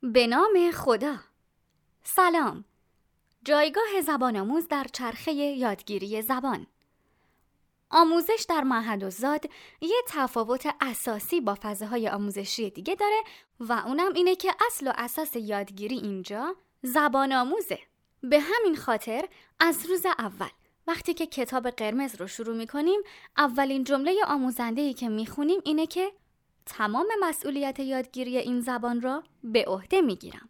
به نام خدا. سلام. جایگاه زبان آموز در چرخه یادگیری زبان. آموزش در معهدالزاد یه تفاوت اساسی با فضاهای آموزشی دیگه داره و اونم اینه که اصل و اساس یادگیری اینجا زبان آموزه. به همین خاطر از روز اول وقتی که کتاب قرمز رو شروع میکنیم اولین جمله آموزنده‌ای که میخونیم اینه که تمام مسئولیت یادگیری این زبان را به عهده میگیرم.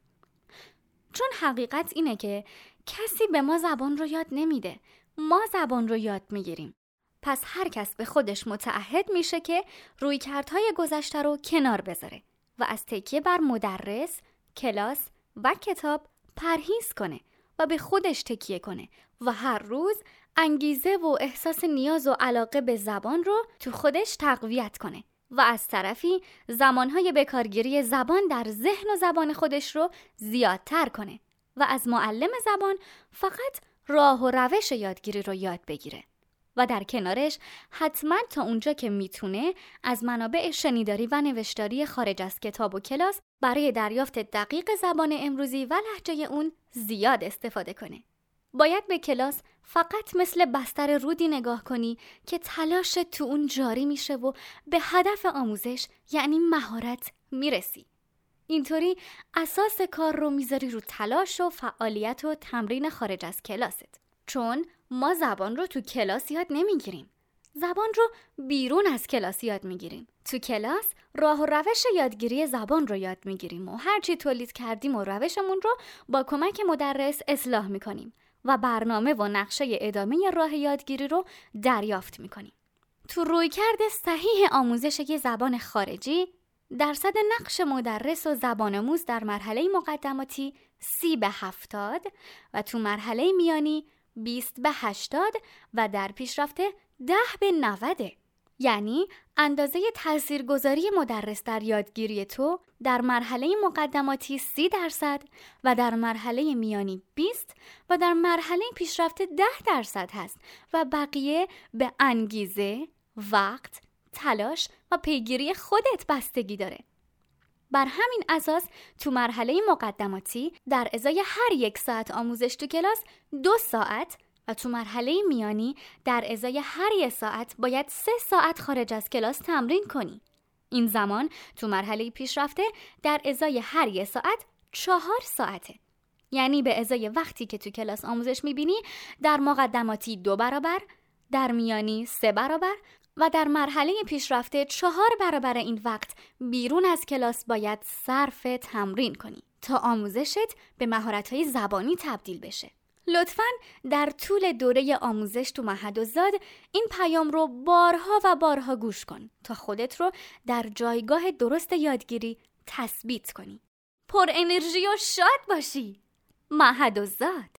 چون حقیقت اینه که کسی به ما زبان رو یاد نمیده، ما زبان رو یاد میگیریم. پس هر کس به خودش متعهد میشه که رویکردهای گذشته رو کنار بذاره و از تکیه بر مدرس، کلاس و کتاب پرهیز کنه و به خودش تکیه کنه و هر روز انگیزه و احساس نیاز و علاقه به زبان رو تو خودش تقویت کنه و از طرفی زمانهای بکارگیری زبان در ذهن و زبان خودش رو زیادتر کنه و از معلم زبان فقط راه و روش یادگیری رو یاد بگیره و در کنارش حتما تا اونجا که میتونه از منابع شنیداری و نوشتاری خارج از کتاب و کلاس برای دریافت دقیق زبان امروزی و لهجه اون زیاد استفاده کنه. باید به کلاس فقط مثل بستر رودی نگاه کنی که تلاش تو اون جاری میشه و به هدف آموزش یعنی مهارت میرسی. اینطوری اساس کار رو میذاری رو تلاش و فعالیت و تمرین خارج از کلاست. چون ما زبان رو تو کلاس یاد نمیگیریم. زبان رو بیرون از کلاس یاد میگیریم. تو کلاس راه و روش یادگیری زبان رو یاد میگیریم و هرچی تولید کردیم و روشمون رو با کمک مدرس اصلاح میکنیم و برنامه و نقشه ادامه راه یادگیری رو دریافت میکنیم. تو رویکرد صحیح آموزش یه زبان خارجی، درصد نقش مدرس و زبان آموز در مرحله مقدماتی 30/70 و تو مرحله میانی 20/80 و در پیشرفته 10/90. یعنی اندازه تاثیرگذاری مدرس در یادگیری تو در مرحله مقدماتی 30% و در مرحله میانی 20 و در مرحله پیشرفته 10% هست و بقیه به انگیزه، وقت، تلاش و پیگیری خودت بستگی داره. بر همین اساس تو مرحله مقدماتی در ازای هر 1 ساعت آموزش تو کلاس 2 ساعت و تو مرحله میانی در ازای هر 1 ساعت باید 3 ساعت خارج از کلاس تمرین کنی. این زمان تو مرحله پیشرفته در ازای هر 1 ساعت 4 ساعته. یعنی به ازای وقتی که تو کلاس آموزش میبینی در مقدماتی 2 برابر، در میانی 3 برابر و در مرحله پیشرفته 4 برابر این وقت بیرون از کلاس باید صرف تمرین کنی تا آموزشت به مهارت‌های زبانی تبدیل بشه. لطفاً در طول دوره آموزش تو معهدالزاد این پیام رو بارها و بارها گوش کن تا خودت رو در جایگاه درست یادگیری تثبیت کنی. پر انرژی و شاد باشی. معهدالزاد.